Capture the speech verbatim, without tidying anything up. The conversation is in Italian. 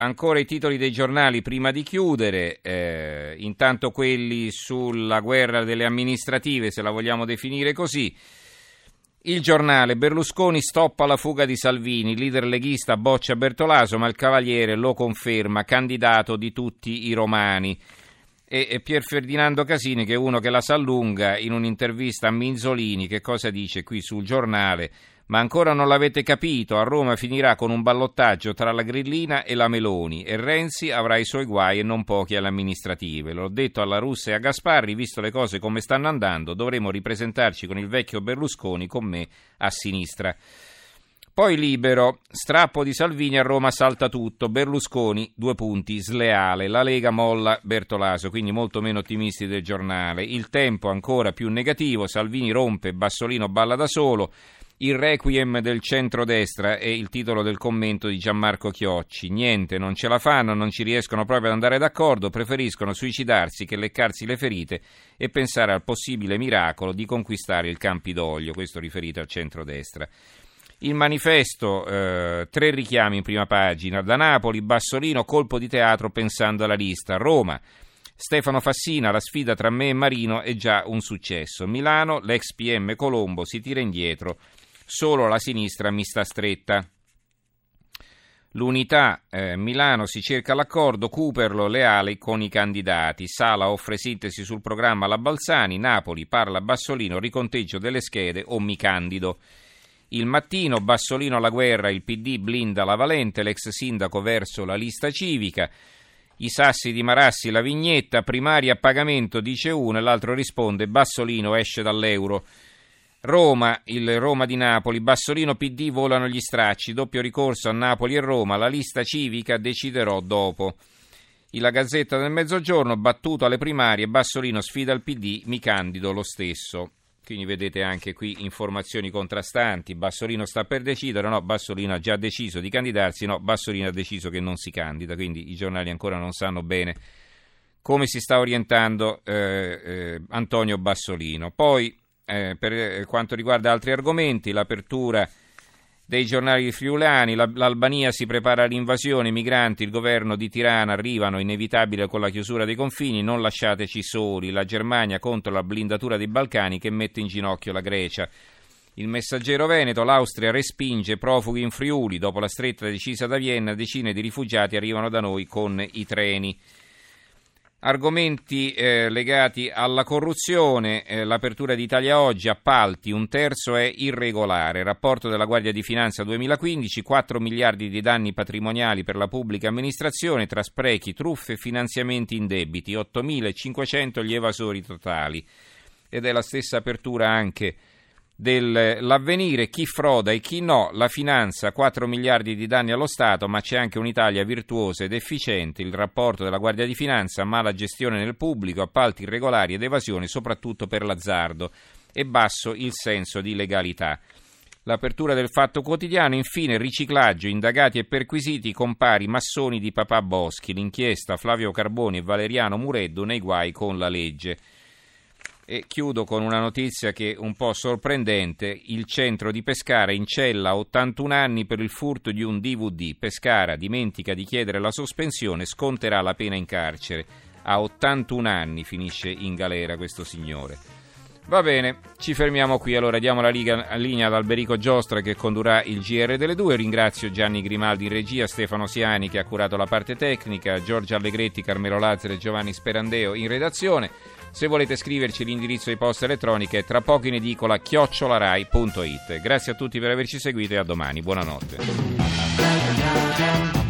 ancora i titoli dei giornali prima di chiudere, eh, intanto quelli sulla guerra delle amministrative, se la vogliamo definire così. Il Giornale: Berlusconi stoppa la fuga di Salvini, leader leghista boccia Bertolaso, ma il Cavaliere lo conferma, candidato di tutti i romani. E, e Pier Ferdinando Casini, che è uno che la sa lunga, in un'intervista a Minzolini, che cosa dice qui sul Giornale? Ma ancora non l'avete capito, a Roma finirà con un ballottaggio tra la Grillina e la Meloni e Renzi avrà i suoi guai e non pochi alle amministrative. L'ho detto alla Russa e a Gasparri, visto le cose come stanno andando, dovremo ripresentarci con il vecchio Berlusconi, con me a sinistra. Poi Libero: strappo di Salvini, a Roma salta tutto, Berlusconi, due punti, sleale, la Lega molla Bertolaso, quindi molto meno ottimisti del Giornale. Il Tempo ancora più negativo, Salvini rompe, Bassolino balla da solo, il requiem del centrodestra è il titolo del commento di Gianmarco Chiocci. Niente, non ce la fanno, non ci riescono proprio ad andare d'accordo, preferiscono suicidarsi che leccarsi le ferite e pensare al possibile miracolo di conquistare il Campidoglio, questo riferito al centrodestra. Il Manifesto, eh, tre richiami in prima pagina, da Napoli, Bassolino, colpo di teatro pensando alla lista, Roma, Stefano Fassina, la sfida tra me e Marino è già un successo, Milano, l'ex P M Colombo si tira indietro, solo la sinistra mi sta stretta. L'Unità, eh, Milano si cerca l'accordo, Cooperlo leale con i candidati, Sala offre sintesi sul programma alla Balzani, Napoli parla Bassolino, riconteggio delle schede o mi candido. Il Mattino, Bassolino alla guerra, il P D blinda la Valente, l'ex sindaco verso la lista civica. I Sassi di Marassi, la vignetta, primaria a pagamento, dice uno e l'altro risponde, Bassolino esce dall'euro. Roma, il Roma di Napoli, Bassolino P D volano gli stracci, doppio ricorso a Napoli e Roma, la lista civica deciderò dopo. La Gazzetta del Mezzogiorno, battuto alle primarie, Bassolino sfida il P D, mi candido lo stesso. Quindi vedete anche qui informazioni contrastanti, Bassolino sta per decidere, no, Bassolino ha già deciso di candidarsi, no, Bassolino ha deciso che non si candida, quindi i giornali ancora non sanno bene come si sta orientando eh, eh, Antonio Bassolino. Poi eh, per quanto riguarda altri argomenti, l'apertura dei giornali friulani, la, l'Albania si prepara all'invasione, i migranti, il governo di Tirana arrivano, inevitabile con la chiusura dei confini, non lasciateci soli, la Germania contro la blindatura dei Balcani che mette in ginocchio la Grecia. Il Messaggero Veneto, l'Austria respinge profughi in Friuli, dopo la stretta decisa da Vienna, decine di rifugiati arrivano da noi con i treni. Argomenti eh, legati alla corruzione, eh, l'apertura di Italia Oggi, appalti, un terzo è irregolare, rapporto della Guardia di Finanza duemilaquindici, quattro miliardi di danni patrimoniali per la pubblica amministrazione tra sprechi, truffe e finanziamenti indebiti, ottomilacinquecento gli evasori totali. Ed è la stessa apertura anche dell'Avvenire, chi froda e chi no, la finanza, quattro miliardi di danni allo Stato, ma c'è anche un'Italia virtuosa ed efficiente, il rapporto della Guardia di Finanza, mala gestione nel pubblico, appalti irregolari ed evasione, soprattutto per l'azzardo, e basso il senso di legalità. L'apertura del Fatto Quotidiano, infine riciclaggio, indagati e perquisiti, compari massoni di Papà Boschi, l'inchiesta Flavio Carboni e Valeriano Mureddu nei guai con la legge. E chiudo con una notizia che è un po' sorprendente, il centro di Pescara in cella a ottantuno anni per il furto di un D V D, Pescara dimentica di chiedere la sospensione, sconterà la pena in carcere, a ottantuno anni finisce in galera questo signore. Va bene, ci fermiamo qui, allora diamo la liga, linea ad Alberico Giostra che condurrà il G R delle due, ringrazio Gianni Grimaldi in regia, Stefano Siani che ha curato la parte tecnica, Giorgio Allegretti, Carmelo Lazzaro e Giovanni Sperandeo in redazione. Se volete scriverci, l'indirizzo di posta elettronica è tra poco in edicola chiocciolarai punto it. Grazie a tutti per averci seguito e a domani. Buonanotte.